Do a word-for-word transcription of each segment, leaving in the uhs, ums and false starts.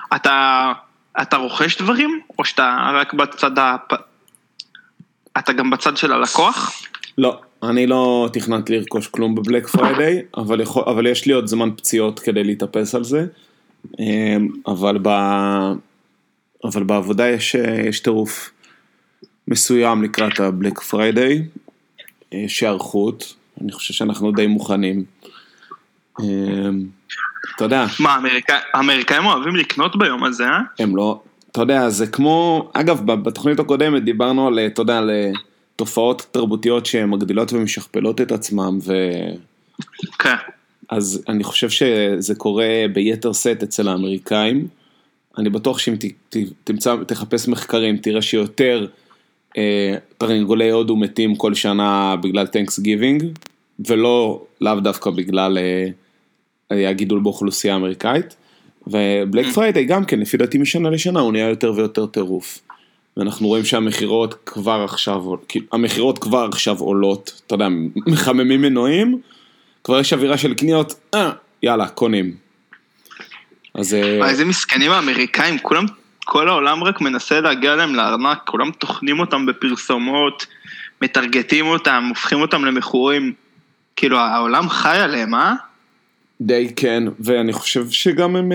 אתה, אתה רוכש דברים, או שאתה רק בצד ה... אתה גם בצד של הלקוח? לא, אני לא תכננתי לרכוש כלום בבלק פריידיי, אבל, יכול, אבל יש לי עוד זמן פציעות כדי להתאפס על זה, אבל, ב, אבל בעבודה יש, יש טירוף מסוים לקראת הבלק פריידיי, יש הערכות, אני חושב שאנחנו די מוכנים. אתה יודע. מה, האמריקאים, האמריקאים אוהבים לקנות ביום הזה, אה? הם לא, אתה יודע, זה כמו, אגב, בתוכנית הקודמת דיברנו על, אתה יודע, על תופעות תרבותיות שהן מגדילות ומשכפלות את עצמם, ו... כן. אז אני חושב שזה קורה ביתר סט אצל האמריקאים, אני בטוח שאם ת, ת, תמצא, תחפש מחקרים, תראה שיותר אה, תרנגולי הודו מתים כל שנה בגלל Thanksgiving, ולא לאו דווקא בגלל אה, הגידול באוכלוסייה האמריקאית, ובלק פריידיי גם כן, לפי דעתי משנה לשנה, הוא נהיה יותר ויותר טירוף. ואנחנו רואים שהמחירות כבר עכשיו, המחירות כבר עכשיו עולות, אתה יודע, מחממים מנועים, כבר יש אווירה של קניות, אה, יאללה, קונים. אז... איזה מסכנים האמריקאים, כולם, כל העולם רק מנסה להגיע להם לארנק, כולם תוכנים אותם בפרסומות, מטרגטים אותם, הופכים אותם למכורים, כאילו העולם חי עליהם, אה? די כן, ואני חושב שגם הם,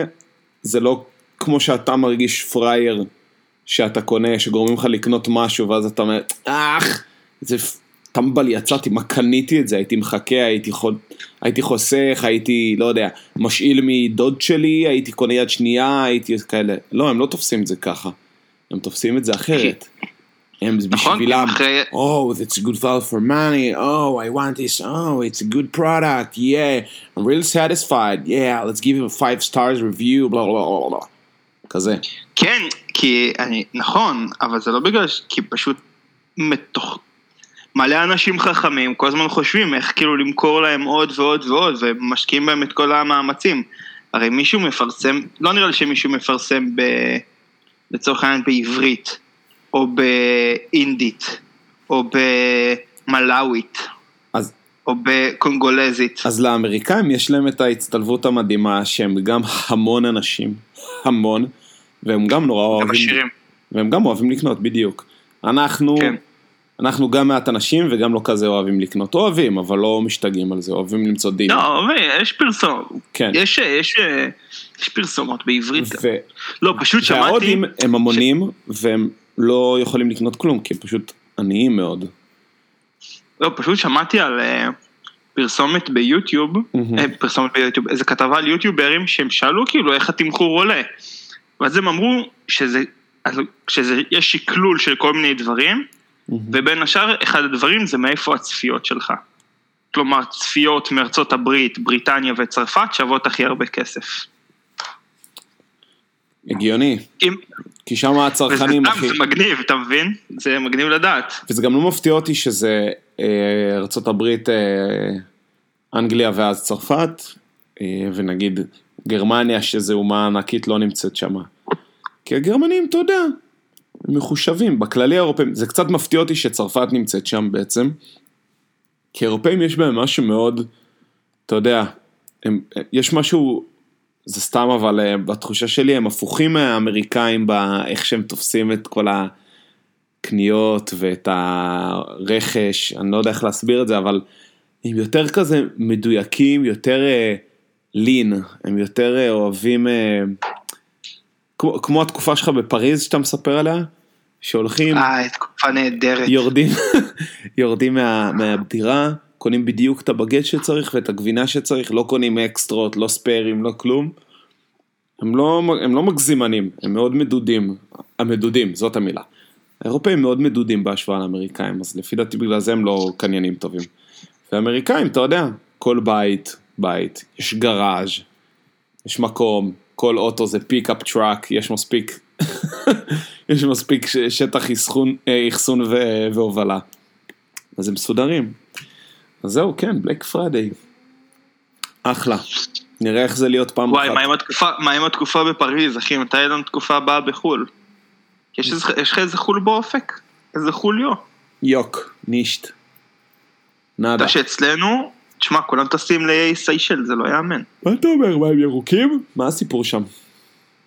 זה לא כמו שאתה מרגיש פרייר, שאתה קונה, שגורמים לך לקנות משהו, ואז אתה אומר, אך, זה טמבל, יצאתי, מה קניתי את זה? הייתי מחכה, הייתי, חוד, הייתי חוסך, הייתי, לא יודע, משאיל מדוד שלי, הייתי קונה יד שנייה, הייתי כאלה. לא, הם לא תופסים את זה ככה. הם תופסים את זה אחרת. הם בשבילם, oh, that's a good value for money, oh, I want this, oh, it's a good product, yeah, I'm really satisfied, yeah, let's give him a five stars review, blah, blah, blah, blah. כזה. כן, כי אני, נכון, אבל זה לא בגלל, כי פשוט מתוך, מלא אנשים חכמים, כל הזמן חושבים איך כאילו למכור להם עוד ועוד ועוד, ומשקיעים בהם את כל המאמצים. הרי מישהו מפרסם, לא נראה לי שמישהו מפרסם ב, לצורך העניין בעברית, או באינדית, או במלאווית, אז, או בקונגולזית. אז לאמריקאים יש להם את ההצטלבות המדהימה, שהם גם המון אנשים, המון, והם גם נורא אוהבים, עשירים. והם גם אוהבים לקנות, בדיוק. אנחנו, כן. אנחנו גם מעט אנשים, וגם לא כזה אוהבים לקנות, אוהבים, אבל לא משתגעים על זה, אוהבים למצוא דין. לא, יש פרסומות, כן. יש, יש, יש פרסומות בעברית. ו... לא, פשוט שמעתי... וההודים הם המונים, ש... והם לא יכולים לקנות כלום, כי הם פשוט עניים מאוד. לא, פשוט שמעתי על uh, פרסומת ביוטיוב, mm-hmm. uh, פרסומת ביוטיוב, איזו כתבה על יוטיוברים שהם שאלו כאילו איך התמחור עולה. ואז הם אמרו שזה, שזה יש שקלול של כל מיני דברים, mm-hmm. ובין השאר אחד הדברים זה מאיפה הצפיות שלך. כלומר, צפיות מארצות הברית, בריטניה וצרפת שוות הכי הרבה כסף. הגיוני. אם... כי שם הצרכנים הכי... זה מגניב, אתה מבין? זה מגניב לדעת. וזה גם לא מפתיע אותי שזה אה, ארצות הברית, אה, אנגליה ואז צרפת, אה, ונגיד גרמניה שזה אומה ענקית לא נמצאת שם. כי הגרמנים, אתה יודע, הם מחושבים. בכללי האירופאים, זה קצת מפתיע אותי שצרפת נמצאת שם בעצם, כי האירופאים יש בהם משהו מאוד, אתה יודע, הם, יש משהו... זה סתם, אבל בתחושה שלי הם הפוכים מהאמריקאים באיך שהם תופסים את כל הקניות ואת הרכש, אני לא יודע איך להסביר את זה, אבל הם יותר כזה מדויקים, יותר לין, הם יותר אוהבים, כמו, כמו התקופה שלך בפריז שאתה מספר עליה, שהולכים... אה, תקופה נהדרת. יורדים, יורדים מה, מהבדירה, קונים בדיוק את הבגט שצריך ואת הגבינה שצריך, לא קונים אקסטרות, לא ספיירים, לא כלום. הם לא, הם לא מגזימנים, הם מאוד מדודים. המדודים, זאת המילה. האירופאים מאוד מדודים בהשוואה לאמריקאים, אז לפי דעתי בגלל זה הם לא קניינים טובים. והאמריקאים, אתה יודע, כל בית, בית, יש גראז', יש מקום, כל אוטו זה פיק-אפ טראק, יש מספיק, יש מספיק שטח יחסון והובלה. אז הם מסודרים. אז זהו, כן, בלק פריידיי. אחלה. נראה איך זה להיות פעם וואי, אחת. וואי, מה עם התקופה בפריז, אחי? מתי אין תקופה הבאה בחול? יש לך איזה חול באופק? איזה חוליו? יוק, נישט. נדה. אתה שאצלנו, תשמע, כולם טסים לאי סיישל, זה לא יאמן. מה אתה אומר, מה הם ירוקים? מה הסיפור שם?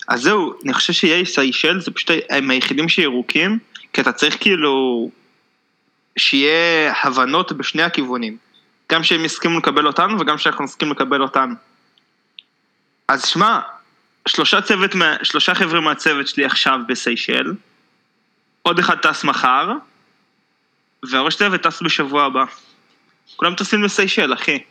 אז זהו, אני חושב שיהיה סיישל, זה פשוט הם היחידים שירוקים, כי אתה צריך כאילו, שיהיה הבנות בשני הכיוונים, גם שהם יסכימו לקבל אותנו, וגם שאנחנו נסכים לקבל אותנו. אז שמע, שלושה צוות, שלושה חבר'ה מהצוות שלי עכשיו בסיישל, עוד אחד טס מחר, והראש צוות טס בשבוע הבא. כולם טסים בסיישל, אחי.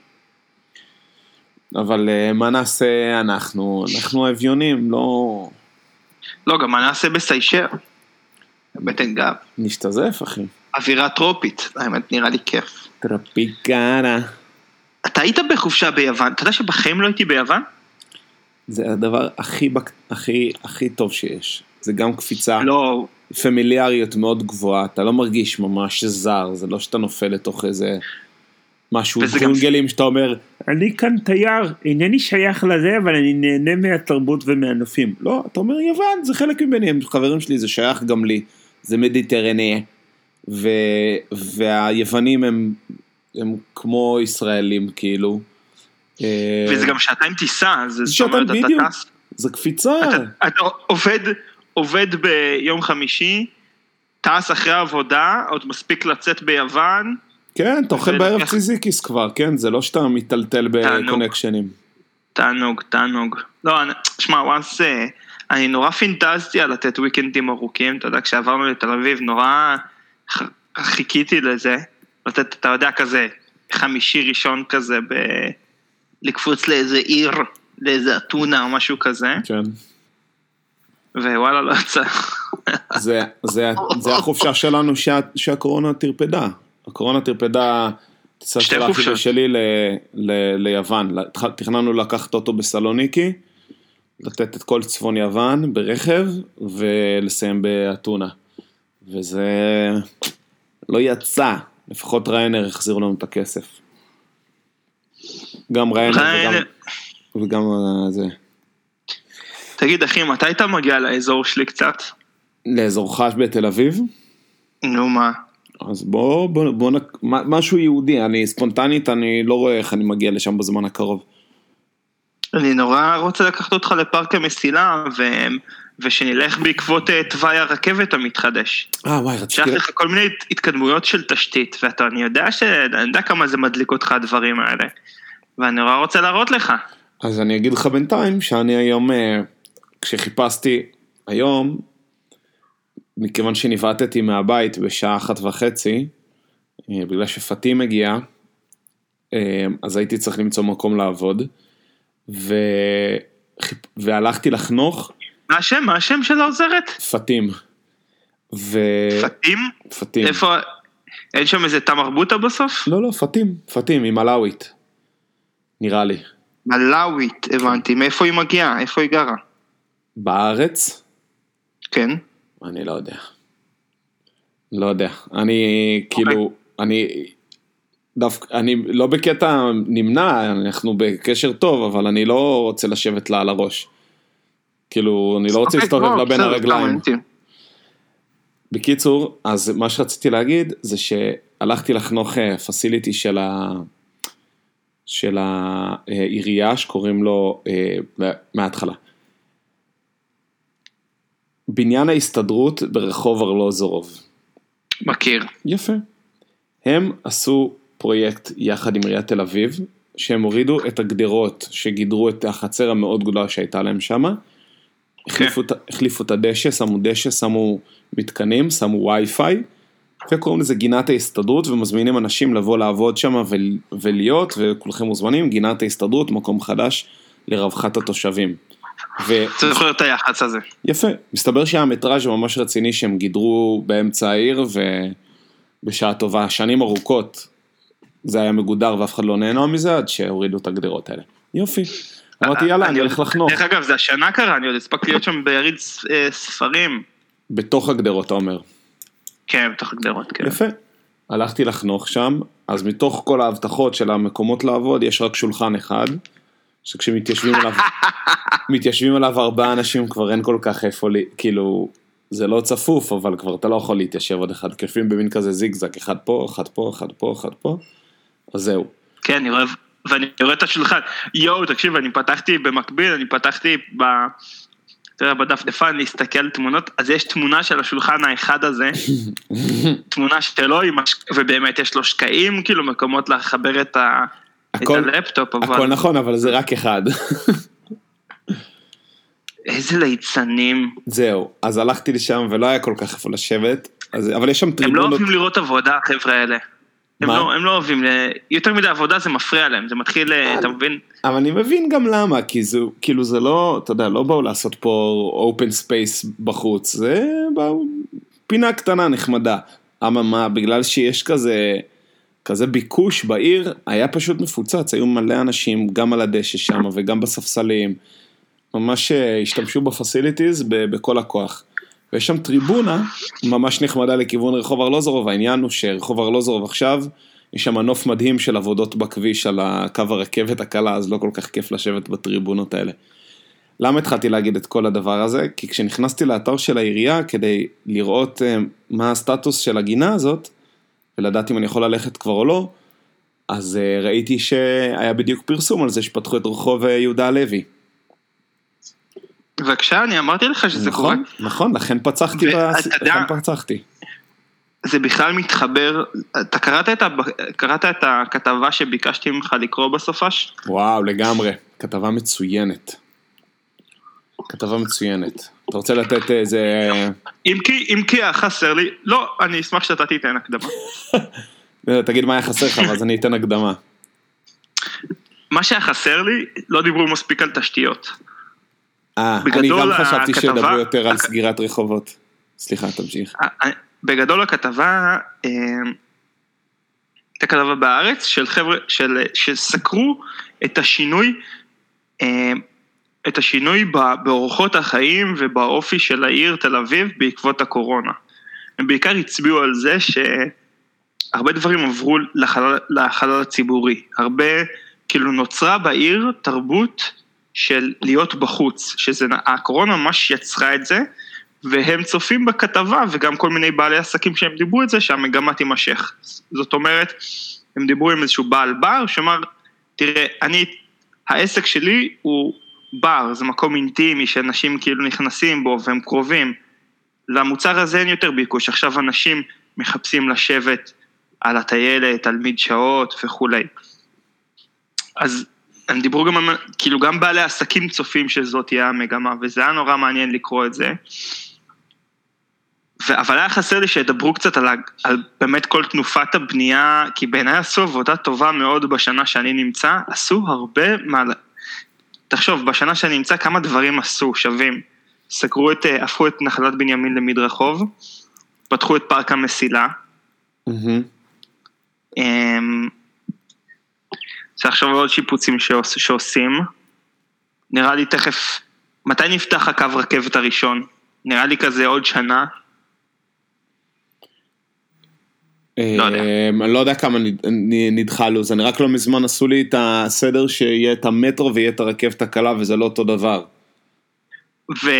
אבל מה נעשה אנחנו? אנחנו האביונים, לא... לא, גם מה נעשה בסיישל? בטן גב. נשתזף, אחי. אווירה טרופית, האמת נראה לי כיף. טרופיקנה. אתה היית בחופשה ביוון? אתה יודע שבחיים לא הייתי ביוון? זה הדבר הכי, הכי, הכי טוב שיש. זה גם קפיצה. לא. פמיליאריות מאוד גבוהה, אתה לא מרגיש ממש זר, זה לא שאתה נופל לתוך איזה משהו גלגלים גם... שאתה אומר, אני כאן תייר, אינני שייך לזה, אבל אני נהנה מהתרבות ומהנופים. לא, אתה אומר יוון, זה חלק ממני, הם חברים שלי, זה שייך גם לי, זה מדיטרניה, ו... והיוונים הם, הם כמו ישראלים, כאילו. וזה גם שעתיים טיסה, זה שעתיים בדיוק, זה קפיצה. אתה, אתה עובד... עובד ביום חמישי, טס אחרי העבודה, עוד מספיק לצאת ביוון. כן, תאכל בערב ציזיקיס כבר, כן, זה לא שאתה מטלטל בקונקשנים. תענוג, תענוג. לא, שמע, וואנס, אני נורא פינטזתי על לתת וויקנדים ארוכים, אתה יודע, כשעברנו לתל אביב, נורא חיכיתי לזה, לתת, אתה יודע, כזה, חמישי ראשון כזה, לקפוץ לאיזה עיר, לאיזה אתונה או משהו כזה. כן. ווואלה לא יצא. זה, זה, זה החופשה שלנו שה, שהקורונה תרפדה. הקורונה תרפדה, טיסה של האחים שלי ל, ל, ליוון. תכננו לקחת אותו בסלוניקי, לתת את כל צפון יוון ברכב, ולסיים באתונה. וזה לא יצא. לפחות ריינר החזירו לנו את הכסף. גם ריינר וגם, וגם זה. תגיד אחי, מתי אתה מגיע לאזור שלי קצת? לאזורך בתל אביב? נו מה? אז בוא, בוא, בוא, משהו יהודי, אני ספונטנית, אני לא רואה איך אני מגיע לשם בזמן הקרוב. אני נורא רוצה לקחת אותך לפארק המסילה, ו... ושנלך בעקבות תוואי הרכבת המתחדש. אה וואי, רציתי... שייך לך כל מיני התקדמויות של תשתית, ואתה, אני יודע ש... אני יודע כמה זה מדליק אותך הדברים האלה, ואני נורא רוצה להראות לך. אז אני אגיד לך בינתיים, שאני היום... כשחיפשתי היום, מכיוון שנבעטתי מהבית בשעה אחת וחצי, בגלל שפתים מגיע, אז הייתי צריך למצוא מקום לעבוד, ו... והלכתי לחנוך. מה השם? מה השם של העוזרת? פתים. ו... פתים? פתים. איפה? אין שם איזה תמר בוטה בסוף? לא, לא, פתים. פתים, היא מלאווית. נראה לי. מלאווית, הבנתי. מאיפה היא מגיעה? איפה היא גרה? בארץ? כן. אני לא יודע. לא יודע. אני כאילו, אני דווקא, אני לא בקטע נמנע, אנחנו בקשר טוב, אבל אני לא רוצה לשבת לה על הראש. כאילו, אני לא רוצה להסתובב לה בין הרגליים. בקיצור, אז מה שרציתי להגיד, זה שהלכתי לחנוך פסיליטי של ה... של העירייה, שקוראים לו מההתחלה. בניין ההסתדרות ברחוב ארלוזורוב. מכיר. יפה. הם עשו פרויקט יחד עם עיריית תל אביב, שהם הורידו את הגדרות שגידרו את החצר המאוד גדולה שהייתה להם שם, החליפו, okay. החליפו את הדשא, שמו דשא, שמו מתקנים, שמו וי-פיי, וקוראים לזה גינת ההסתדרות, ומזמינים אנשים לבוא לעבוד שם ולהיות, וכולכם מוזמנים, גינת ההסתדרות, מקום חדש לרווחת התושבים. צריך להיות היחץ הזה. יפה, מסתבר שהמטראז' ממש רציני שהם גידרו באמצע העיר ובשעה טובה, שנים ארוכות זה היה מגודר ואף אחד לא נהנה מזה עד שהורידו את הגדרות האלה. יופי, אמרתי יאללה אני הולך לחנוך. דרך אגב זה השנה קרה, אני עוד הספקתי להיות שם ביריד ספרים. בתוך הגדרות אתה אומר. כן, בתוך הגדרות, כן. יפה, הלכתי לחנוך שם, אז מתוך כל ההבטחות של המקומות לעבוד יש רק שולחן אחד, שכשמתיישבים עליו, מתיישבים עליו ארבעה אנשים, כבר אין כל כך איפה לי, כאילו, זה לא צפוף, אבל כבר אתה לא יכול להתיישב עוד אחד, כפים במין כזה זיגזג, אחד פה, אחד פה, אחד פה, אחד פה, אז זהו. כן, אני רואה, ואני רואה את השולחן, יואו, תקשיב, אני פתחתי במקביל, אני פתחתי ב... תראה, בדפדפן להסתכל תמונות, אז יש תמונה של השולחן האחד הזה, תמונה שלו, ובאמת יש לו שקעים, כאילו מקומות לחבר את ה... הכל, את הלפטופ, אבל... הכל נכון, אבל זה רק אחד. איזה ליצנים. זהו, אז הלכתי לשם ולא היה כל כך איפה לשבת, אז, אבל יש שם טריבונות... הם לא אוהבים לראות עבודה, החבר'ה האלה. הם לא, הם לא אוהבים, יותר מדי עבודה זה מפריע להם, זה מתחיל, אתה מבין? אבל אני מבין גם למה, כי זה, כאילו זה לא, אתה יודע, לא באו לעשות פה open space בחוץ, זה פינה קטנה נחמדה. אבל מה, בגלל שיש כזה... כזה ביקוש בעיר, היה פשוט מפוצץ, היו מלא אנשים, גם על הדשא שם, וגם בספסלים, ממש השתמשו בפסיליטיז בכל הכוח. ויש שם טריבונה, ממש נחמדה לכיוון רחוב ארלוזורוב, העניין הוא שרחוב ארלוזורוב עכשיו, יש שם נוף מדהים של עבודות בכביש על הקו הרכבת הקלה, אז לא כל כך כיף לשבת בטריבונות האלה. למה התחלתי להגיד את כל הדבר הזה? כי כשנכנסתי לאתר של העירייה, כדי לראות מה הסטטוס של הגינה הזאת, ולדעתי אם אני יכול ללכת כבר או לא, אז uh, ראיתי שהיה בדיוק פרסום על זה שפתחו את רחוב יהודה הלוי. בבקשה, אני אמרתי לך שזה נכון, קורה. נכון, לכן פצחתי, בס... לכן פצחתי. זה בכלל מתחבר, אתה קראת את, ה... קראת את הכתבה שביקשתי ממך לקרוא בסופש? וואו, לגמרי, כתבה מצוינת. כתבה מצוינת. אתה רוצה לתת איזה... אם כי, אם כי חסר לי, לא, אני אשמח שאתה תיתן הקדמה. תגיד מה היה חסר לך, אז אני אתן הקדמה. מה שהיה חסר לי, לא דיברו מספיק על תשתיות. אה, אני גם חשבתי שידברו יותר על סגירת רחובות. סליחה, תמשיך. בגדול הכתבה, את הכתבה בארץ, של חבר'ה, שסקרו את השינוי, את השינוי באורחות החיים ובאופי של העיר תל אביב בעקבות הקורונה. הם בעיקר הצביעו על זה שהרבה דברים עברו לחלל, לחלל הציבורי. הרבה, כאילו נוצרה בעיר תרבות של להיות בחוץ, שזה, הקורונה ממש יצרה את זה, והם צופים בכתבה, וגם כל מיני בעלי עסקים שהם דיברו את זה, שהמגמה תימשך. זאת אומרת, הם דיברו עם איזשהו בעל בר, שאומר, תראה, אני, העסק שלי הוא בר, זה מקום אינטימי, שאנשים כאילו נכנסים בו, והם קרובים. למוצר הזה אין יותר ביקוש, עכשיו אנשים מחפשים לשבת על הטיילת, על מדשאות וכו'. אז הם דיברו גם, כאילו גם בעלי עסקים צופים שזאת תהיה המגמה, וזה היה נורא מעניין לקרוא את זה. ו- אבל היה חסר לי שידברו קצת על, על באמת כל תנופת הבנייה, כי בעיניי עשו עבודה טובה מאוד בשנה שאני נמצא, עשו הרבה מה... תחשוב, בשנה שאני נמצא כמה דברים עשו, שווים. סגרו את, הפכו את נחלת בנימין למדרחוב, פתחו את פארק המסילה. Mm-hmm. זה עכשיו עוד שיפוצים שעוש, שעושים. נראה לי תכף, מתי נפתח הקו רכבת הראשון? נראה לי כזה עוד שנה. לא יודע. אני לא יודע כמה נדחה לו, אני רק לא מזמן עשו לי את הסדר שיהיה את המטרו ויהיה את הרכבת הקלה, וזה לא אותו דבר. ו...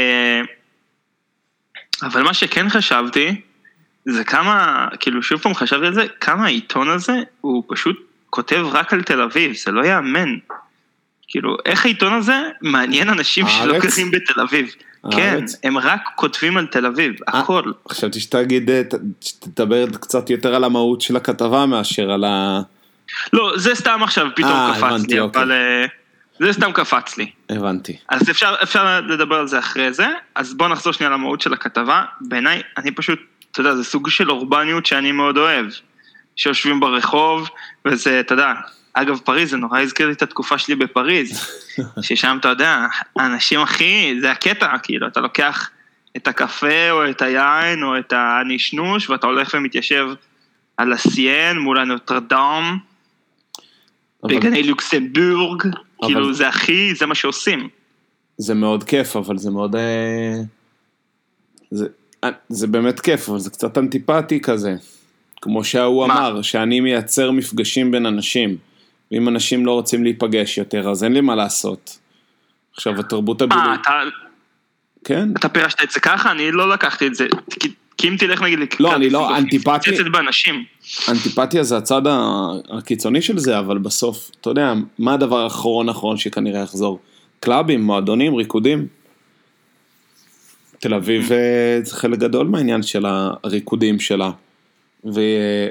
אבל מה שכן חשבתי, זה כמה, כאילו שוב פעם חשבתי על זה, כמה העיתון הזה הוא פשוט כותב רק על תל אביב, זה לא יאמן. כאילו, איך העיתון הזה מעניין אנשים שלא גרים בתל אביב. כן, הם רק כותבים על תל אביב, הכל. חשבתי שתגיד, שתדבר קצת יותר על המהות של הכתבה מאשר על ה... לא, זה סתם עכשיו פתאום קפץ לי, אבל זה סתם קפץ לי. הבנתי. אז אפשר, אפשר לדבר על זה אחרי זה, אז בוא נחזור שנייה למהות של הכתבה. בעיניי, אני פשוט, אתה יודע, זה סוג של אורבניות שאני מאוד אוהב, שיושבים ברחוב, וזה, אתה יודע, אגב, פריז, זה נורא הזכיר לי את התקופה שלי בפריז, ששם, אתה יודע, האנשים הכי, זה הקטע, כאילו, אתה לוקח את הקפה, או את היין, או את הנשנוש, ואתה הולך ומתיישב על הסיין, מול הנוטרדאם, בגני לוקסמבורג, כאילו, זה הכי, זה מה שעושים. זה מאוד כיף, אבל זה מאוד, זה, זה באמת כיף, אבל זה קצת אנטיפטי כזה, כמו שהוא אמר, שאני מייצר מפגשים בין אנשים, ואם אנשים לא רוצים להיפגש יותר, אז אין לי מה לעשות. עכשיו, התרבות הבילוי... אה, אתה... כן? אתה פירשת את זה ככה? אני לא לקחתי את זה. כי אם תלך נגיד... לא, אני לא, אנטיפטי... מפגשת באנשים. אנטיפטיה זה הצד הקיצוני של זה, אבל בסוף, אתה יודע, מה הדבר האחרון האחרון שכנראה יחזור? קלאבים, מועדונים, ריקודים? תל אביב זה חלק גדול מהעניין של הריקודים שלה, ו...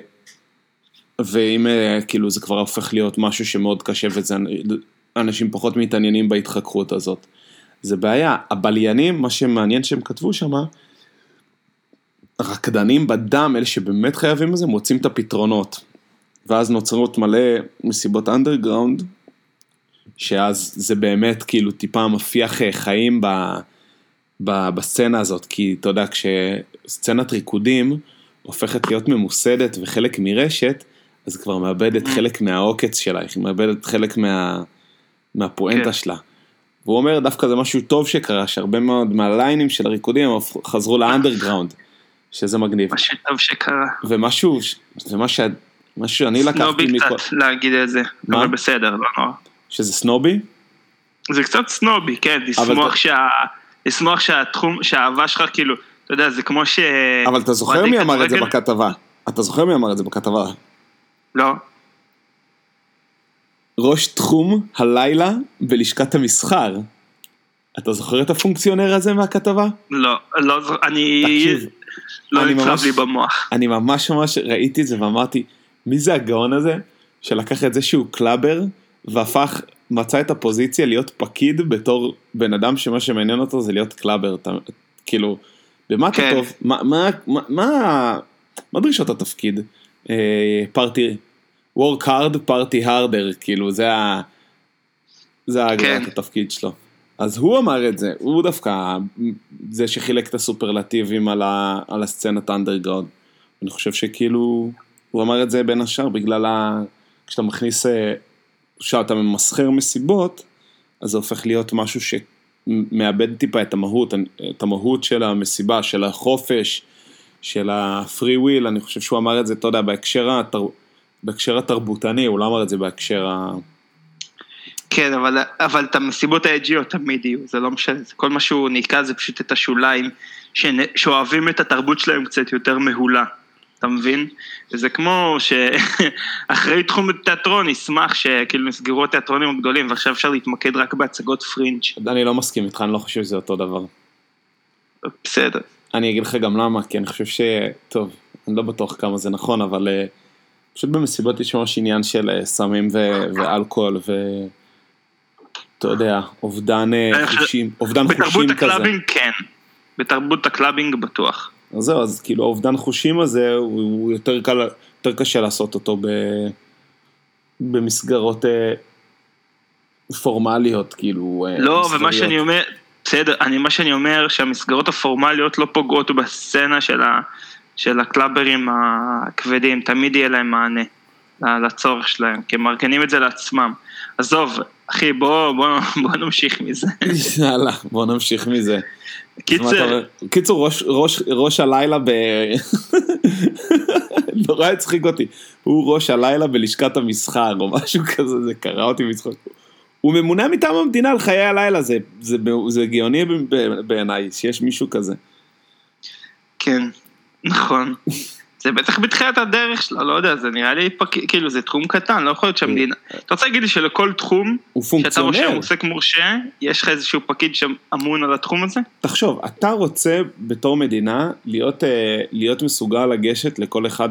ואם כאילו זה כבר הופך להיות משהו שמאוד קשה, וזה אנשים פחות מתעניינים בהתחככות הזאת, זה בעיה. הבליינים, מה שמעניין שהם כתבו שם, רקדנים בדם, אלה שבאמת חייבים לזה, מוצאים את הפתרונות, ואז נוצרות מלא מסיבות אנדרגראונד, שאז זה באמת כאילו טיפה מפיח חיים ב, ב, בסצנה הזאת, כי אתה יודע, כשסצנת ריקודים הופכת להיות ממוסדת וחלק מרשת, אז היא כבר מאבדת חלק מהעוקץ שלה, היא מאבדת חלק מה, מהפואנטה שלה. והוא אומר, דווקא זה משהו טוב שקרה, שהרבה מאוד מהליינים של הריקודים חזרו לאנדרגראונד, שזה מגניב. משהו טוב שקרה. ומשהו, זה משהו, משהו שאני לקחתי סנובי קצת להגיד את זה, אבל בסדר, לא נורא. שזה סנובי? זה קצת סנובי, כן, לשמוח שה... לשמוח שהתחום, שהאהבה שלך כאילו, אתה יודע, זה כמו ש... אבל אתה זוכר מי אמר את זה בכתבה? אתה זוכר מי אמר את זה בכתבה? לא. ראש תחום הלילה בלשכת המסחר. אתה זוכר את הפונקציונר הזה מהכתבה? לא, לא זוכר, אני... תקשיב. לא נצרב לי במוח. אני ממש ממש ראיתי את זה ואמרתי, מי זה הגאון הזה שלקח את זה שהוא קלאבר והפך, מצא את הפוזיציה להיות פקיד בתור בן אדם שמה שמעניין אותו זה להיות קלאבר, כאילו, במה אתה טוב? מה, מה, מה, מה דרישות התפקיד? פארטי, work hard, party harder, כאילו, זה ה... זה ההגדרת התפקיד שלו. אז הוא אמר את זה, הוא דווקא זה שחילק את הסופרלטיבים על, ה, על הסצנת אנדרגראונד. אני חושב שכאילו, הוא אמר את זה בין השאר, בגלל ה... כשאתה מכניס, כשאתה ממסחר מסיבות, אז זה הופך להיות משהו שמאבד טיפה את המהות, את המהות של המסיבה, של החופש, של הפרי וויל. אני חושב שהוא אמר את זה, אתה יודע, בהקשר, התר... בהקשר התרבותני, הוא לא אמר את זה בהקשר ה... כן, אבל, אבל את המסיבות האג'יות תמיד יהיו, זה לא משנה, כל מה שהוא ניקה זה פשוט את השוליים, שאוהבים את התרבות שלהם קצת יותר מהולה, אתה מבין? וזה כמו שאחרי תחום תיאטרון, ישמח שכאילו נסגרו התיאטרונים הגדולים, ועכשיו אפשר להתמקד רק בהצגות פרינג'. אני לא מסכים איתך, אני לא חושב שזה אותו דבר. בסדר. אני אגיד לך גם למה, כי אני חושב ש... טוב, אני לא בטוח כמה זה נכון, אבל פשוט במסיבות יש ממש עניין של סמים ו... ואלכוהול ו... אתה יודע, אובדן חושים, אובדן חושים כזה. בתרבות הקלאבינג כן, בתרבות הקלאבינג בטוח. אז זהו, אז כאילו האובדן חושים הזה, הוא יותר קל, יותר קשה לעשות אותו ב, במסגרות פורמליות, כאילו. לא, מסגריות. ומה שאני אומר, בסדר, אני, מה שאני אומר, שהמסגרות הפורמליות לא פוגעות בסצנה של, ה, של הקלאברים הכבדים, תמיד יהיה להם מענה לצורך שלהם, כי הם מארגנים את זה לעצמם. עזוב, אחי, בוא, בוא, בוא נמשיך מזה. יאללה, בוא נמשיך מזה. קיצר. קיצור, ראש, ראש, ראש הלילה ב... נורא הצחיק אותי. הוא ראש הלילה בלשכת המסחר, או משהו כזה, זה קרא אותי מצחוק. הוא ממונה מטעם המדינה על חיי הלילה, זה, זה, זה גאוני בעיניי, שיש מישהו כזה. כן, נכון. זה בטח בתחילת הדרך שלה, לא יודע, זה נראה לי, כאילו, זה תחום קטן, לא יכול להיות שהמדינה... אתה רוצה להגיד לי שלכל תחום, שאתה ראשי מועסק מורשה, יש לך איזשהו פקיד שאמון על התחום הזה? תחשוב, אתה רוצה בתור מדינה להיות, להיות מסוגל לגשת לכל אחד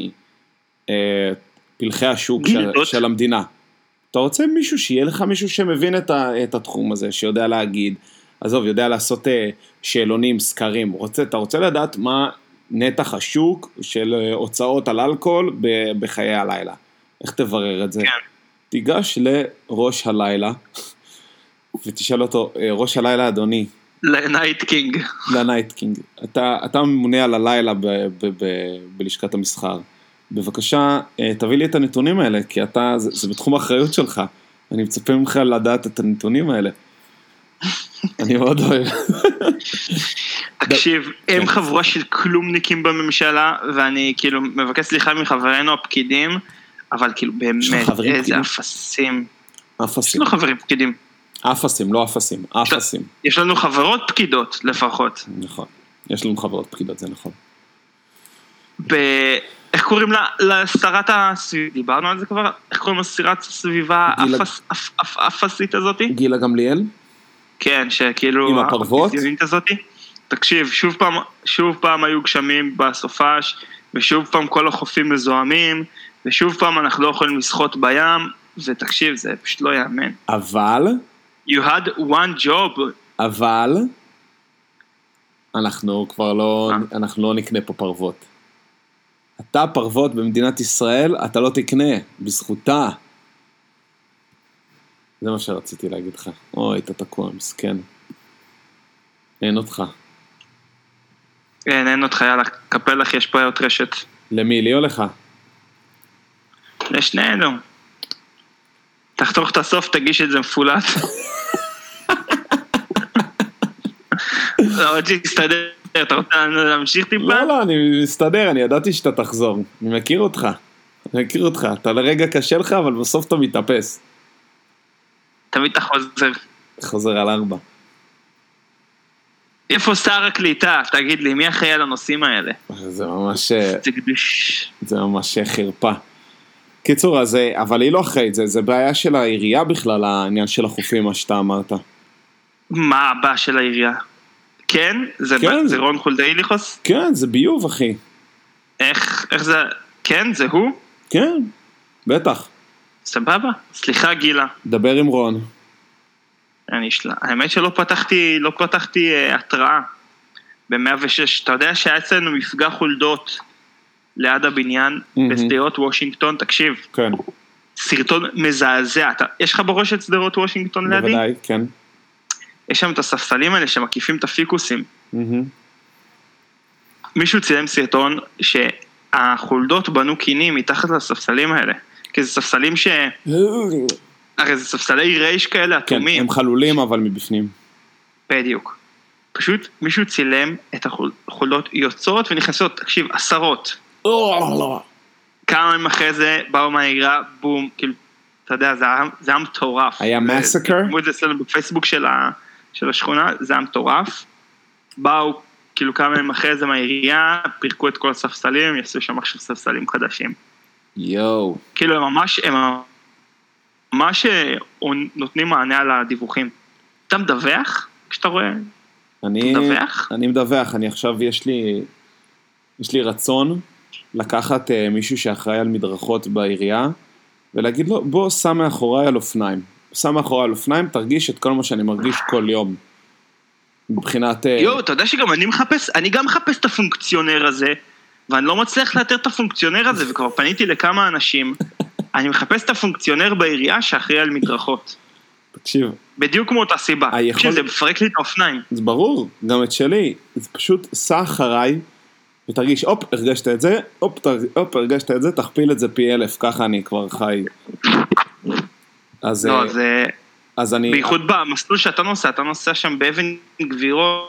מפלחי השוק של, של המדינה. אתה רוצה מישהו, שיהיה לך מישהו שמבין את, ה, את התחום הזה, שיודע להגיד, עזוב, יודע לעשות שאלונים, סקרים, רוצה, אתה רוצה לדעת מה... נתח השוק של הוצאות על אלכוהול בחיי הלילה. איך תברר את זה? כן. תיגש לראש הלילה, ותשאל אותו, ראש הלילה אדוני. לנייט קינג. לנייט קינג. אתה, אתה ממונה על הלילה ב, ב, ב, בלשכת המסחר. בבקשה, תביא לי את הנתונים האלה, כי אתה, זה, זה בתחום האחריות שלך. אני מצפה ממך לדעת את הנתונים האלה. אני מאוד אוהב. תקשיב, הם חבורה של כלומניקים בממשלה, ואני כאילו מבקש סליחה מחברינו הפקידים, אבל כאילו באמת, איזה אפסים. אפסים. יש לנו חברים פקידים. אפסים, לא אפסים, אפסים. יש לנו חברות פקידות לפחות. נכון, יש לנו חברות פקידות, זה נכון. איך קוראים לסרת הסביבה? דיברנו על זה כבר? איך קוראים לסרת הסביבה האפסית הזאת? גילה גמליאל? כן, שכאילו... עם הפרוות? הזאת. תקשיב, שוב פעם, שוב פעם היו גשמים בסופש, ושוב פעם כל החופים מזוהמים, ושוב פעם אנחנו לא יכולים לשחות בים, ותקשיב, זה פשוט לא יאמן. אבל... You had one job. אבל... אנחנו כבר לא, אנחנו לא נקנה פה פרוות. אתה פרוות במדינת ישראל, אתה לא תקנה, בזכותה. זה מה שרציתי להגיד לך. אוי, אתה תקוע, מסכן. אין אותך. אין, אין אותך, יאללה, קפל לך, יש פה עוד רשת. למי, לי או לך? לשנינו. תחתוך את הסוף, תגיש את זה מפולט. לא, עוד שתסתדר, אתה רוצה להמשיך טיפה? לא, לא, אני מסתדר, אני ידעתי שאתה תחזור. אני מכיר אותך. אני מכיר אותך. אתה לרגע קשה לך, אבל בסוף אתה מתאפס. תמיד אתה חוזר. חוזר על ארבע. איפה שר הקליטה? תגיד לי, מי אחראי על הנושאים האלה? זה ממש... זה קדוש. זה ממש חרפה. קיצור, אז, אבל היא לא אחראית, זה, זה בעיה של העירייה בכלל, העניין של החופים, מה שאתה אמרת. מה הבא של העירייה? כן? זה, כן. זה רון חולדאי לכוס? כן, זה ביוב, אחי. איך, איך זה... כן, זה הוא? כן, בטח. סבבה, סליחה גילה. דבר עם רון. אני שלה... האמת שלא פתחתי, לא פתחתי uh, התראה ב-מאה ושש. אתה יודע שהיה אצלנו מפגע חולדות ליד הבניין mm-hmm. בשדרות וושינגטון, תקשיב. כן. סרטון מזעזע. אתה... יש לך בראש את שדרות וושינגטון לידי? בוודאי, כן. יש שם את הספסלים האלה שמקיפים את הפיקוסים. Mm-hmm. מישהו צילם סרטון שהחולדות בנו קינים מתחת לספסלים האלה. כי זה ספסלים ש... הרי זה ספסלי רייש כאלה אטומים. כן, הם חלולים אבל מבפנים. בדיוק. פשוט מישהו צילם את החולדות יוצאות ונכנסות, תקשיב, עשרות. כמה ימים אחרי זה באו מהעירה, בום, כאילו, אתה יודע, זה היה, זה היה מטורף. היה מסקר? כמו את זה אצלנו בפייסבוק של, ה, של השכונה, זה היה מטורף. באו, כאילו, כמה ימים אחרי זה מהעירייה, פירקו את כל הספסלים, יעשו שם עכשיו ספסלים חדשים. יואו. כאילו, הם ממש, הם ממש נותנים מענה על הדיווחים. אתה מדווח? כשאתה רואה? אני, אתה מדווח? אני מדווח, אני עכשיו, יש לי, יש לי רצון לקחת uh, מישהו שאחראי על מדרכות בעירייה, ולהגיד לו, בוא, שם מאחוריי על אופניים. שם מאחוריי על אופניים, תרגיש את כל מה שאני מרגיש כל יום. מבחינת... יו, אתה יודע שגם אני מחפש, אני גם מחפש את הפונקציונר הזה, ואני לא מצליח לאתר את הפונקציונר הזה, וכבר פניתי לכמה אנשים, אני מחפש את הפונקציונר בעירייה שאחראי על מדרכות. תקשיב. בדיוק כמו אותה סיבה. היכול... תקשיב, זה מפרק לי את האופניים. זה ברור, גם את שלי. זה פשוט סע אחריי, ותרגיש, אופ, הרגשת את זה, אופ, תרג... אופ, הרגשת את זה, תכפיל את זה פי אלף, ככה אני כבר חי. אז... לא, זה... אז אני... בייחוד במסלול שאתה נוסע, אתה נוסע שם באבן גבירול.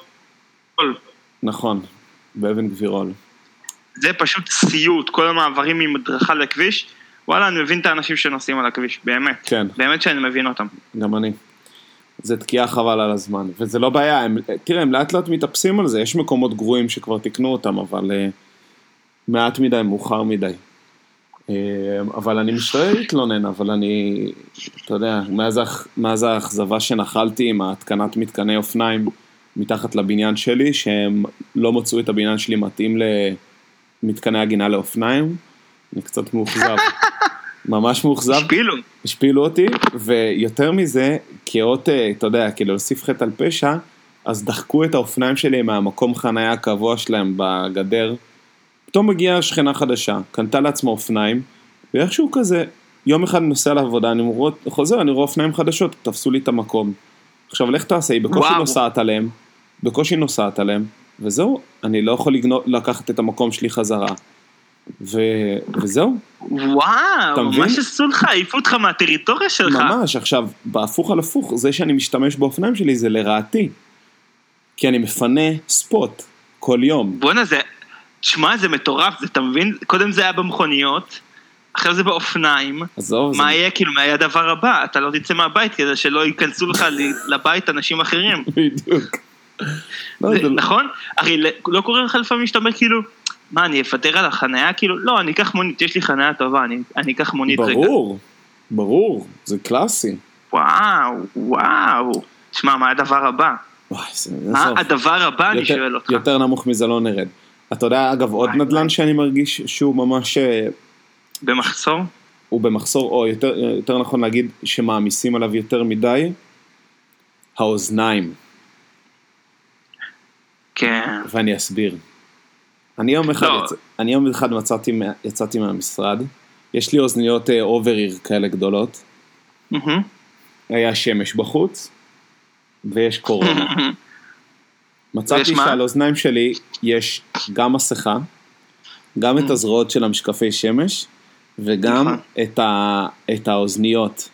נכון, באבן גבירול. זה פשוט סיוט, כל המעברים ממדרכה לכביש, וואלה, אני מבין את האנשים שנוסעים על הכביש, באמת. כן. באמת שאני מבין אותם. גם אני. זה תקיעה חבל על הזמן, וזה לא בעיה, הם, תראה, הם לאט לאט מתאפסים על זה, יש מקומות גרועים שכבר תקנו אותם, אבל uh, מעט מדי, מאוחר מדי. Uh, אבל אני משתרר להתלונן, אבל אני, אתה יודע, מאז, מאז האכזבה שנחלתי עם ההתקנת מתקני אופניים מתחת לבניין שלי, שהם לא מצאו את הבניין שלי מתאים למתקני הגינה לאופניים, אני קצת מאוכזב. ממש מאוכזב. השפילו. השפילו אותי, ויותר מזה, כאות, אתה יודע, כאילו להוסיף חטא על פשע, אז דחקו את האופניים שלי מהמקום חנייה הקבוע שלהם בגדר. פתאום מגיעה שכנה חדשה, קנתה לעצמה אופניים, ואיכשהו כזה, יום אחד נוסע לעבודה, אני רואה, חוזר, אני רואה אופניים חדשות, תפסו לי את המקום. עכשיו, לך תעשה, היא בקושי וואו. נוסעת עליהם, בקושי נוסעת עליהם, וזהו, אני לא יכול לגנות, לקחת את המקום שלי חזרה. ו... וזהו. וואו, מה שעשו לך, העיפו אותך מהטריטוריה שלך. ממש, עכשיו, בהפוך על הפוך, זה שאני משתמש באופניים שלי, זה לרעתי. כי אני מפנה ספוט כל יום. בוא'נה, זה, תשמע, זה מטורף, זה, אתה מבין? קודם זה היה במכוניות, אחרי זה באופניים. עזוב, מה זה... יהיה, כאילו, מה יהיה הדבר הבא? אתה לא תצא מהבית, כדי שלא ייכנסו לך לבית אנשים אחרים. בדיוק. נכון? הרי לא קורה לך לפעמים שאתה אומר, כאילו, מה, אני אפטר על החנייה? כאילו, לא, אני אקח מונית, יש לי חנייה טובה, אני, אני אקח מונית ברור, רגע. ברור, ברור, זה קלאסי. וואו, וואו. תשמע, מה הדבר הבא? וואי, זה מה הדבר הבא, אני שואל אותך. יותר נמוך מזה לא נרד. אתה יודע, אגב, עוד נדל"ן שאני מרגיש שהוא ממש... במחסור? הוא במחסור, או יותר, יותר נכון להגיד שמעמיסים עליו יותר מדי, האוזניים. כן. ואני אסביר. אני יום אחד, לא. יצ... אני יום אחד מצאתי, יצאתי מהמשרד, יש לי אוזניות אובריר כאלה גדולות, Mm-hmm. היה שמש בחוץ, ויש קורונה. מצאתי שעל האוזניים שלי יש גם מסכה, גם את הזרועות של המשקפי שמש, וגם את, ה... את האוזניות.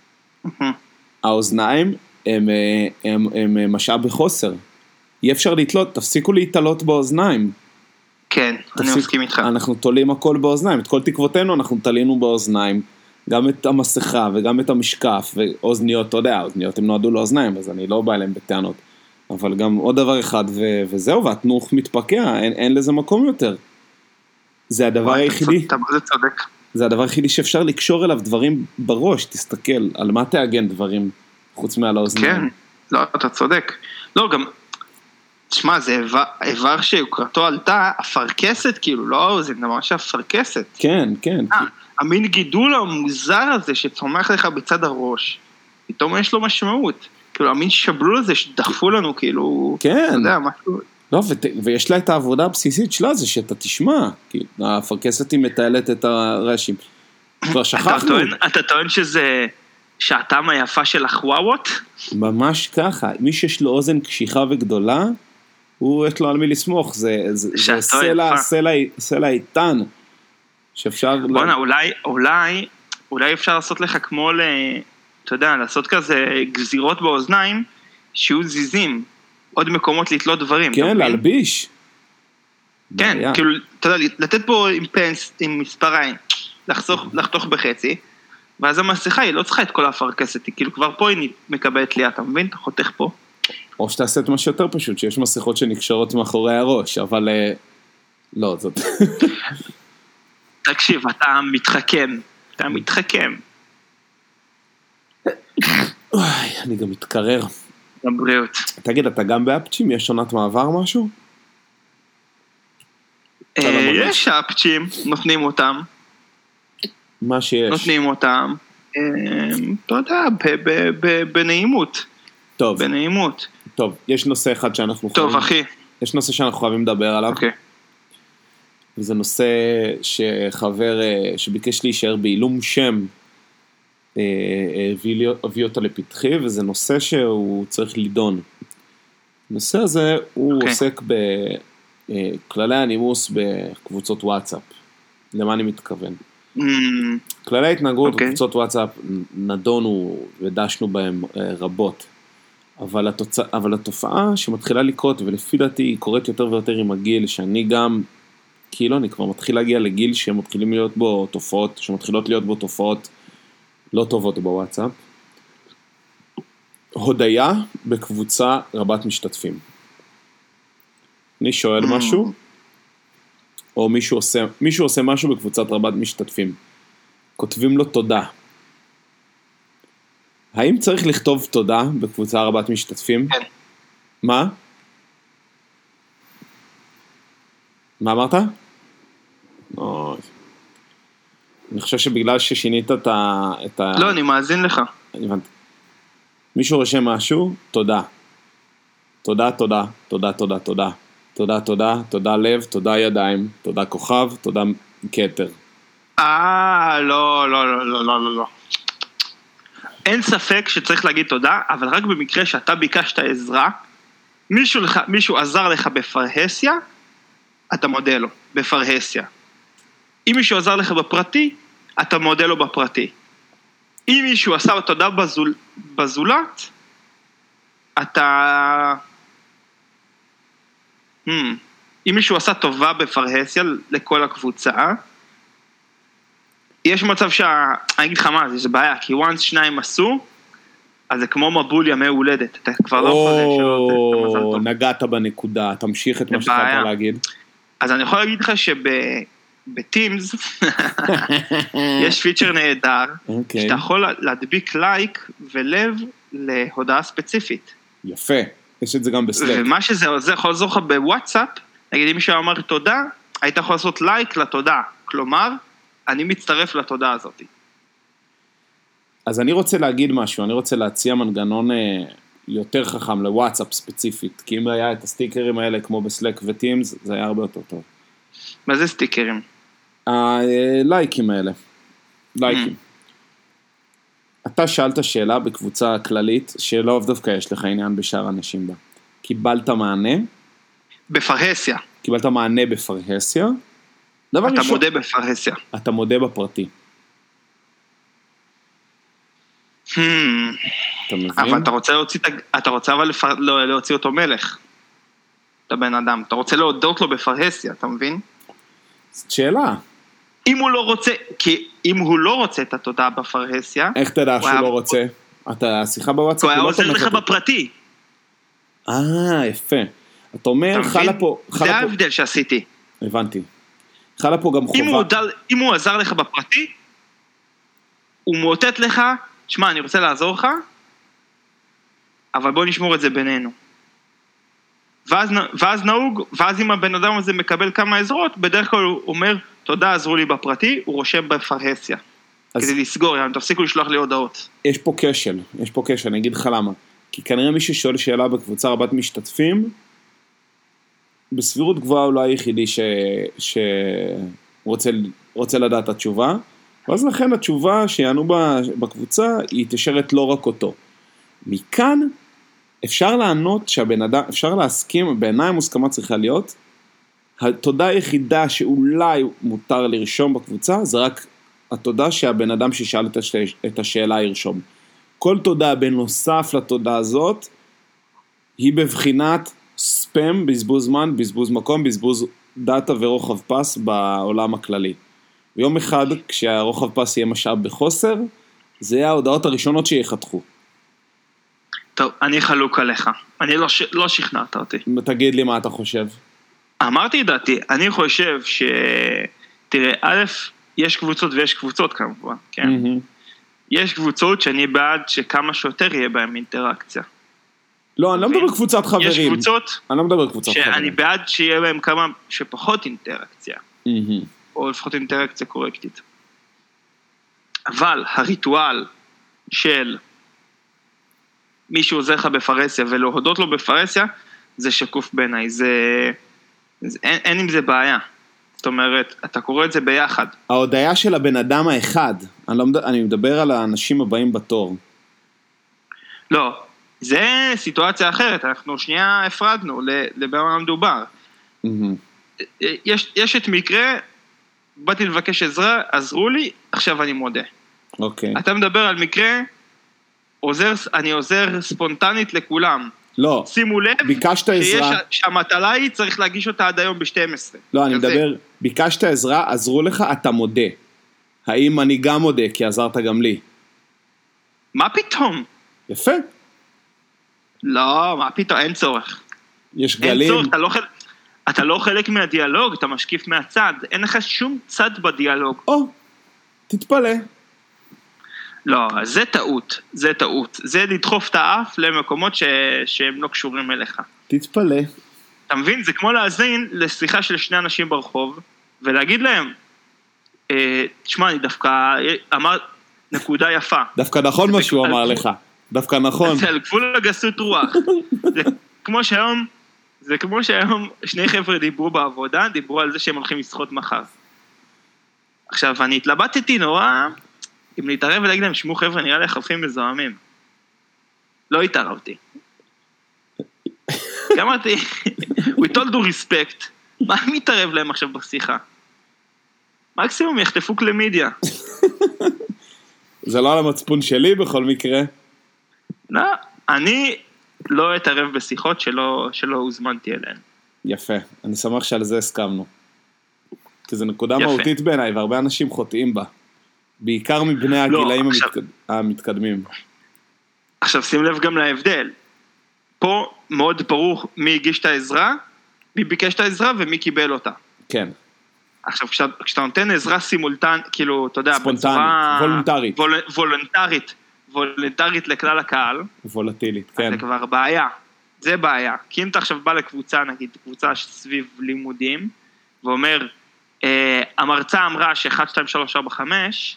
האוזניים הם, הם, הם, הם משאב בחוסר. אי אפשר להתלות, תפסיקו להתעלות באוזניים. כן, תפסיק, אני מסכים איתך. אנחנו תולים הכל באוזניים, את כל תקוותינו אנחנו תלינו באוזניים, גם את המסכה וגם את המשקף, ואוזניות, אתה יודע, האוזניות הם נועדו לאוזניים, אז אני לא בא אליהם בטענות. אבל גם עוד דבר אחד, ו- וזהו, והתנוך מתפקע, אין, אין לזה מקום יותר. זה הדבר היחידי. אתה זה צודק. זה הדבר היחידי שאפשר לקשור אליו דברים בראש, תסתכל, על מה תאגן דברים, חוץ מעל האוזניים. כן, לא, אתה צודק. לא, גם, תשמע, זה איבר שיוקרתו עלתה, הפרקסת, כאילו, לא, זה ממש הפרקסת. כן, כן. אה, המין גידול המוזר הזה שצומח לך בצד הראש, פתאום יש לו משמעות. כאילו, המין שבלול הזה שדחפו לנו, כאילו, כן. אתה יודע, משהו... לא, ו- ויש לה את העבודה הבסיסית שלה, זה שאתה תשמע, כי הפרקסת היא מטיילת את הרעשים. כבר שכחנו. אתה טוען, אתה טוען שזה שעתם היפה של החוואוות? ממש ככה, מי שיש לו אוזן קשיחה וגדולה, הוא יש לו על מי לסמוך, זה, זה, זה סלע, סלע, סלע איתן, שאפשר... בונה, אולי, אולי, אולי אפשר לעשות לך כמו ל... אתה יודע, לעשות כזה גזירות באוזניים, שיהיו זיזים, עוד מקומות לתלות דברים. כן, להלביש. כן, בעיה. כאילו, אתה יודע, לתת פה עם פנס, עם מספר עין, לחסוך, לחתוך בחצי, ואז המסכה היא לא צריכה את כל הפרקסת, היא כאילו כבר פה היא מקבלת לי, אתה מבין? אתה חותך פה. או שתעשה את מה שיותר פשוט, שיש מסכות שנקשרות מאחורי הראש, אבל לא, זאת... תקשיב, אתה מתחכם, אתה מתחכם. וואי, אני גם מתקרר. גם בריאות. תגיד, אתה גם באפצ'ים? יש עונת מעבר משהו? יש אפצ'ים, נותנים אותם. מה שיש. נותנים אותם. אתה יודע, בנעימות. טוב. בנעימות. טוב, יש נושא אחד שאנחנו טוב, אחי. יש נושא שאנחנו חייבים לדבר עליו. אוקיי. וזה נושא שחבר, שביקש להישאר בעילום שם, הביא אותו לפתחי, וזה נושא שהוא צריך לדון. הנושא הזה הוא okay. עוסק בכללי הנימוס בקבוצות וואטסאפ. למה אני מתכוון? Mm. כללי ההתנהגות okay. בקבוצות וואטסאפ נדונו ודשנו בהם רבות, אבל, התוצא, אבל התופעה שמתחילה לקרות, ולפי דעתי היא קורית יותר ויותר עם הגיל, שאני גם, כאילו אני כבר מתחיל להגיע לגיל שמתחילים להיות בו תופעות, שמתחילות להיות בו תופעות לא טובות בוואטסאפ. הודיה בקבוצה רבת משתתפים. אני שואל משהו, או מישהו עושה, מישהו עושה משהו בקבוצת רבת משתתפים. כותבים לו תודה. האם צריך לכתוב תודה בקבוצה רבת משתתפים? כן. מה? מה אמרת? אוי. אני חושב שבגלל ששינית את ה... את ה... לא, אני מאזין לך. אני הבנתי. מישהו רושם משהו, תודה. תודה, תודה, תודה, תודה, תודה. תודה, תודה, תודה לב, תודה ידיים, תודה כוכב, תודה כתר. אה, לא, לא, לא, לא, לא, לא. אין ספק שצריך להגיד תודה, אבל רק במקרה שאתה ביקשת עזרה, מישהו, לך, מישהו עזר לך בפרהסיה, אתה מודה לו, בפרהסיה. אם מישהו עזר לך בפרטי, אתה מודה לו בפרטי. אם מישהו עשה תודה בזול, בזולת, אתה... Hmm. אם מישהו עשה טובה בפרהסיה לכל הקבוצה, יש מצב שה... אני אגיד לך מה, זה בעיה, כי once שניים עשו, אז זה כמו מבול ימי הולדת, אתה כבר לא יכול לשאול את המזל טוב. נגעת בנקודה, תמשיך את מה שאתה להגיד. אז אני יכול להגיד לך שבטימס, יש פיצ'ר נהדר, שאתה יכול להדביק לייק ולב להודעה ספציפית. יפה. יש את זה גם בסלק. ומה שזה עוזר, יכול לעזור לך בוואטסאפ, נגיד אם מישהו אמר תודה, היית יכול לעשות לייק לתודה, כלומר, אני מצטרף לתודה הזאת. אז אני רוצה להגיד משהו, אני רוצה להציע מנגנון יותר חכם לוואטסאפ ספציפית, כי אם היה את הסטיקרים האלה כמו בסלק וטימס, זה היה הרבה יותר טוב. מה זה סטיקרים? הלייקים האלה, לייקים. אתה שאלת שאלה בקבוצה כללית, שלא דווקא יש לך עניין בשאר אנשים בה. קיבלת מענה? בפרהסיה. קיבלת מענה בפרהסיה? אתה ראשון, מודה בפרהסיה. אתה מודה בפרטי. Hmm. אתה מבין? אבל אתה רוצה להוציא, אתה רוצה אבל לפר... לא, להוציא אותו מלך. אתה בן אדם. אתה רוצה להודות לו בפרהסיה, אתה מבין? זאת שאלה. אם הוא לא רוצה, כי אם הוא לא רוצה את התודה בפרהסיה... איך תדע שהוא לא רוצה? אתה שיחה בוואטסאפ... הוא היה עוזר לך בפרטי. אה, יפה. אתה אומר, חלה פה... זה ההבדל שעשיתי. הבנתי. חלה פה גם חובה. אם הוא עזר לך בפרטי, הוא מוטט לך, שמע, אני רוצה לעזור לך, אבל בוא נשמור את זה בינינו. ואז, ואז נהוג, ואז אם הבן אדם הזה מקבל כמה עזרות, בדרך כלל הוא אומר, תודה, עזרו לי בפרטי, הוא רושם בפרהסיה. אז... כדי לסגור, יאללה, תפסיקו לשלוח לי הודעות. יש פה כשל, יש פה כשל, אני אגיד לך למה. כי כנראה מי ששואל שאלה בקבוצה רבת משתתפים, בסבירות גבוהה אולי היחידי ש... שרוצה רוצה לדעת התשובה, ואז לכן התשובה שיענו בקבוצה היא תשרת לא רק אותו. מכאן אפשר לענות שהבן אדם, אפשר להסכים, בעיניי מוסכמה צריכה להיות, התודה היחידה שאולי מותר לרשום בקבוצה, זה רק התודה שהבן אדם ששאל את השאלה ירשום. כל תודה בנוסף לתודה הזאת, היא בבחינת ספם, בזבוז זמן, בזבוז מקום, בזבוז דאטה ורוחב פס בעולם הכללי. ויום אחד, כשהרוחב פס יהיה משאב בחוסר, זה יהיה ההודעות הראשונות שיחתכו. טוב, אני חלוק עליך. אני לא, ש... לא שכנעת אותי. תגיד לי מה אתה חושב. אמרתי דעתי, אני חושב ש... תראה, א', יש קבוצות ויש קבוצות כמובן, כן? Mm-hmm. יש קבוצות שאני בעד שכמה שיותר יהיה בהם אינטראקציה. לא, אני לא מדבר קבוצת חברים. יש קבוצות... אני לא מדבר קבוצת חברים. שאני בעד שיהיה בהם כמה שפחות אינטראקציה. Mm-hmm. או לפחות אינטראקציה קורקטית. אבל הריטואל של מישהו עוזר לך בפרהסיה ולהודות לו בפרהסיה, זה שקוף בעיניי, זה, זה, אין, אין עם זה בעיה. זאת אומרת, אתה קורא את זה ביחד. ההודעה של הבן אדם האחד, אני, לא, אני מדבר על האנשים הבאים בתור. לא, זה סיטואציה אחרת, אנחנו שנייה הפרדנו לבמה מדובר. Mm-hmm. יש, יש את מקרה, באתי לבקש עזרה, עזרו לי, עכשיו אני מודה. אוקיי. אתה מדבר על מקרה, עוזר, אני עוזר ספונטנית לכולם. לא, שימו לב, ביקשת עזרה. שהמטלה היא צריך להגיש אותה עד היום ב-שתים עשרה. לא, אני מדבר, ביקשת עזרה, עזרו לך, אתה מודה. האם אני גם מודה, כי עזרת גם לי? מה פתאום? יפה. לא, מה פתאום, אין צורך. יש גלים. אין צורך, אתה לא חלק, אתה לא חלק מהדיאלוג, אתה משקיף מהצד. אין לך שום צד בדיאלוג. או, תתפלא. לא, זה טעות, זה טעות. זה לדחוף את האף למקומות ש... שהם לא קשורים אליך. תתפלא. אתה מבין? זה כמו להזין לשיחה של שני אנשים ברחוב, ולהגיד להם, אה, תשמע, אני דווקא אמר נקודה יפה. דווקא נכון מה שהוא אמר לך. דווקא נכון. זה על גבול הגסות רוח. זה כמו שהיום, זה כמו שהיום שני חבר'ה דיברו בעבודה, דיברו על זה שהם הולכים לשחות מחר. עכשיו, אני התלבטתי נורא, אם להתערב ולהגיד להם, שמו חבר'ה, נראה לי חפים מזוהמים. לא התערבתי. כי אמרתי, with all due respect, מה מתערב להם עכשיו בשיחה? מקסימום יחטפו קלמידיה. זה לא על המצפון שלי בכל מקרה. לא, אני לא אתערב בשיחות שלא, שלא הוזמנתי אליהן. יפה, אני שמח שעל זה הסכמנו. כי זו נקודה יפה. מהותית בעיניי, והרבה אנשים חוטאים בה. בעיקר מבני הגילאים לא, המתקד... המתקדמים. עכשיו שים לב גם להבדל. פה מאוד ברור מי הגיש את העזרה, מי ביקש את העזרה ומי קיבל אותה. כן. עכשיו כשאתה, כשאתה נותן עזרה סימולטנית, כאילו, אתה יודע, ספונטנית, בצורה... וולונטרית. וול, וולונטרית, וולונטרית לכלל הקהל. וולטילית, כן. זה כבר בעיה. זה בעיה. כי אם אתה עכשיו בא לקבוצה, נגיד, קבוצה סביב לימודים, ואומר, אה, המרצה אמרה ש-אחת, שתיים, שלוש, ארבע, חמש,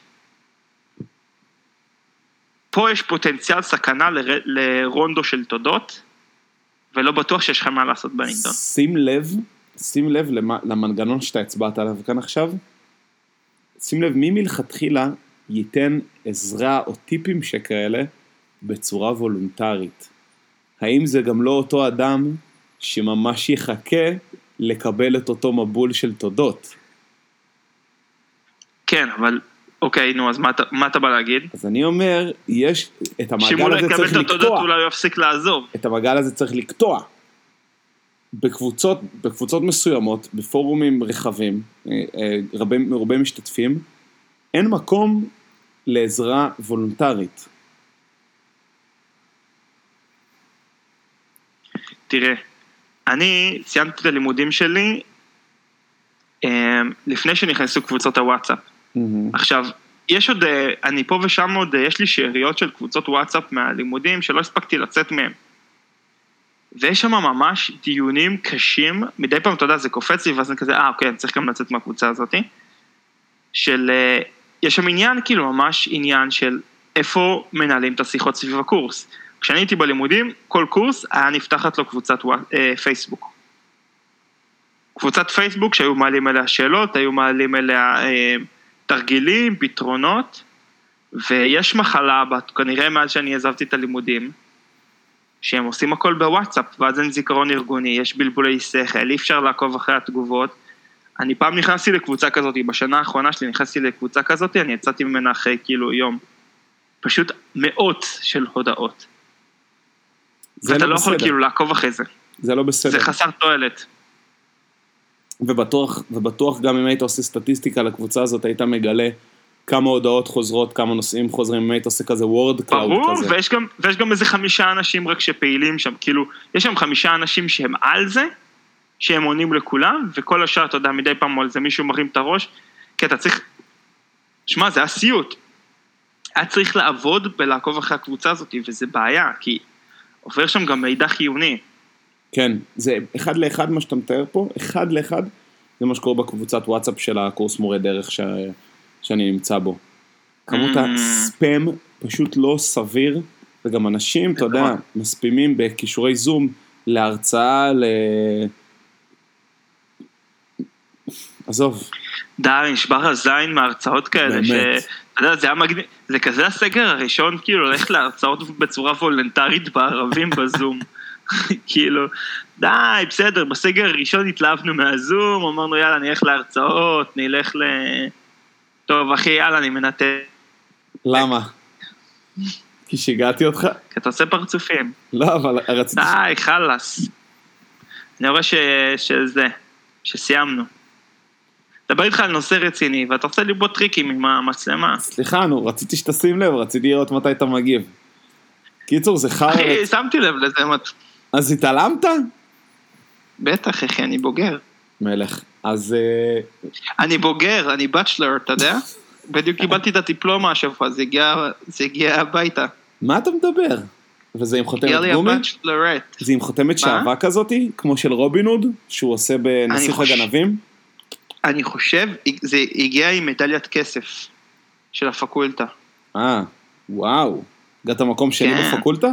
פה יש פוטנציאל סכנה ל- לרונדו של תודות, ולא בטוח שיש לך מה לעשות בנגדון. שים לב, שים לב למנגנון שאתה הצבעת עליו כאן עכשיו, שים לב מי מלכתחילה ייתן עזרה או טיפים שכאלה בצורה וולונטרית. האם זה גם לא אותו אדם שממש יחכה לקבל את אותו מבול של תודות? כן, אבל אוקיי, נו, אז מה, מה אתה בא להגיד? אז אני אומר, יש, את המעגל הזה צריך לקטוע. שאם הוא לא יקבל את התודות, אולי הוא יפסיק לעזוב. את המעגל הזה צריך לקטוע. בקבוצות, בקבוצות מסוימות, בפורומים רחבים, הרבה, הרבה משתתפים, אין מקום לעזרה וולונטרית. תראה, אני סיימתי את הלימודים שלי לפני שנכנסו קבוצות הוואטסאפ. Mm-hmm. עכשיו, יש עוד, אני פה ושם עוד, יש לי שאריות של קבוצות וואטסאפ מהלימודים שלא הספקתי לצאת מהם. ויש שם ממש דיונים קשים, מדי פעם, אתה יודע, זה קופץ לי, ואז אני כזה, אה, אוקיי, אני צריך גם לצאת מהקבוצה הזאת, של, יש שם עניין, כאילו, ממש עניין של איפה מנהלים את השיחות סביב הקורס. כשאני הייתי בלימודים, כל קורס היה נפתחת לו קבוצת פייסבוק. קבוצת פייסבוק שהיו מעלים אליה שאלות, היו מעלים אליה תרגילים, פתרונות, ויש מחלה, כנראה מאז שאני עזבתי את הלימודים, שהם עושים הכל בוואטסאפ, ואז אין זיכרון ארגוני, יש בלבולי שכל, אי אפשר לעקוב אחרי התגובות. אני פעם נכנסתי לקבוצה כזאת, בשנה האחרונה שלי נכנסתי לקבוצה כזאת, אני יצאתי ממנה אחרי כאילו יום. פשוט מאות של הודעות. ואתה לא יכול כאילו לעקוב אחרי זה. זה לא בסדר. זה חסר תועלת. ובטוח, ובטוח גם אם היית עושה סטטיסטיקה לקבוצה הזאת, היית מגלה כמה הודעות חוזרות, כמה נושאים חוזרים, אם היית עושה כזה וורד קלאוד כזה. ברור, ויש גם, ויש גם איזה חמישה אנשים רק שפעילים שם, כאילו, יש שם חמישה אנשים שהם על זה, שהם עונים לכולם, וכל השאר, אתה יודע, מדי פעם על זה מישהו מרים את הראש, כי אתה צריך, שמע, זה הסיוט. היה צריך לעבוד בלעקוב אחרי הקבוצה הזאת, וזה בעיה, כי עובר שם גם מידע חיוני. כן, זה אחד לאחד מה שאתה מתאר פה, אחד לאחד, זה מה שקורה בקבוצת וואטסאפ של הקורס מורה דרך ש... שאני נמצא בו. כמות הספאם פשוט לא סביר, וגם אנשים, אתה יודע, מספימים בקישורי זום להרצאה, ל... עזוב. די, נשבר הזין מההרצאות כאלה, שאתה יודע, זה היה מגניב, זה כזה הסגר הראשון, כאילו, הולך להרצאות בצורה וולנטרית בערבים בזום. כאילו, די, בסדר, בסגר הראשון התלהבנו מהזום, אמרנו, יאללה, נלך להרצאות, נלך ל... טוב, אחי, יאללה, אני מנתק. למה? כי שיגעתי אותך? כי אתה עושה פרצופים. לא, אבל רציתי... די, חלס. אני רואה ש... שזה, שסיימנו. דבר איתך על נושא רציני, ואתה רוצה ליבות טריקים עם המצלמה. סליחה, נו, רציתי שתשים לב, רציתי לראות מתי אתה מגיב. קיצור, זה חרא... אחי, שמתי לב לזה. אז התעלמת? בטח, אחי, אני בוגר. מלך, אז... אני בוגר, אני בצ'לר, אתה יודע? בדיוק קיבלתי את הדיפלומה השבוע, זה הגיע, זה הגיע הביתה. מה אתה מדבר? וזה עם חותמת גומי? זה עם חותמת שעבה כזאתי, כמו של רובין הוד, שהוא עושה בנסיך הגנבים? אני חושב, זה הגיע עם מדליית כסף של הפקולטה. אה, וואו. הגעת המקום שלי בפקולטה?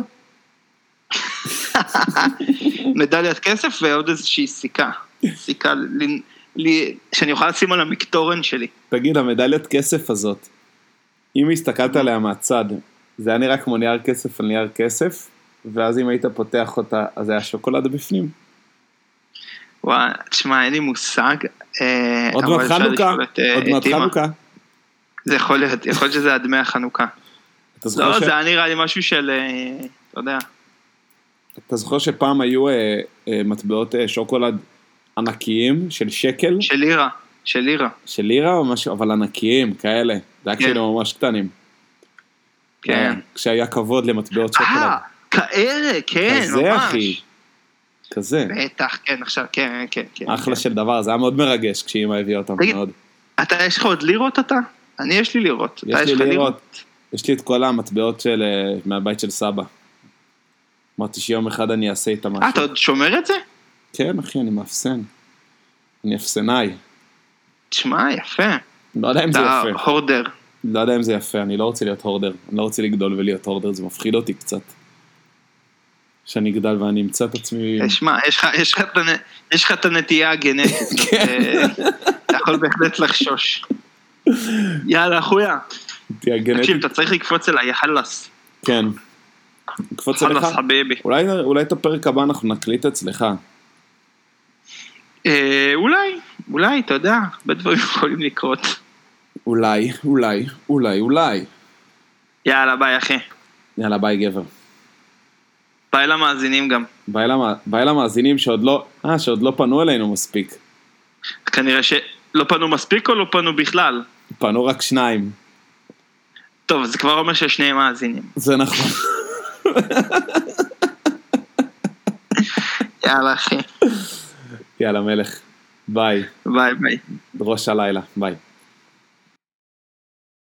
מדליית כסף ועוד איזושהי סיכה. סיכה לי, שאני אוכל לשים על המקטורן שלי. תגיד, המדליית כסף הזאת, אם הסתכלת עליה מהצד, זה היה נראה כמו נייר כסף על נייר כסף, ואז אם היית פותח אותה, אז היה שוקולד בפנים. וואי, תשמע, אין לי מושג. עוד מעט חנוכה, עוד מעט חנוכה. זה יכול להיות, יכול להיות שזה הדמי החנוכה. לא, זה היה נראה לי משהו של, אתה יודע. אתה זוכר שפעם היו מטבעות שוקולד ענקיים של שקל? של לירה, של לירה. של לירה או משהו, אבל ענקיים, כאלה. זה היה כאילו ממש קטנים. כן. כשהיה כבוד למטבעות שוקולד. אה, כאלה, כן, ממש. כזה, אחי. כזה. בטח, כן, עכשיו, כן, כן, כן. אחלה של דבר, זה היה מאוד מרגש כשאמא הביאה אותם מאוד. אתה, יש לך עוד לירות אתה? אני, יש לי לירות. יש לי לירות. יש לי את כל המטבעות מהבית של סבא. אמרתי שיום אחד אני אעשה איתה משהו. אה, אתה עוד שומר את זה? כן, אחי, אני מאפסן. אני אפסנאי. תשמע, יפה. לא יודע אם זה יפה. אתה הורדר. לא יודע אם זה יפה, אני לא רוצה להיות הורדר. אני לא רוצה לגדול ולהיות הורדר, זה מפחיד אותי קצת. שאני אגדל ואני אמצא את עצמי... תשמע, יש לך את הנטייה הגנטית. אתה יכול בהחלט לחשוש. יאללה, אחויה. תקשיב, אתה צריך לקפוץ אליי, יחלס. כן. לקפוץ אליך? חלס חביבי. אולי את הפרק הבא אנחנו נקליט אצלך. אולי, אולי, אתה יודע, הרבה דברים יכולים לקרות. אולי, אולי, אולי, אולי. יאללה, ביי אחי. יאללה, ביי גבר. ביי למאזינים גם. ביי, למה, ביי למאזינים שעוד לא, אה, שעוד לא פנו אלינו מספיק. כנראה שלא פנו מספיק או לא פנו בכלל? פנו רק שניים. טוב, זה כבר אומר ששניהם מאזינים. זה נכון. יאללה אחי. יאללה מלך. ביי. ביי ביי. ראש הלילה. ביי.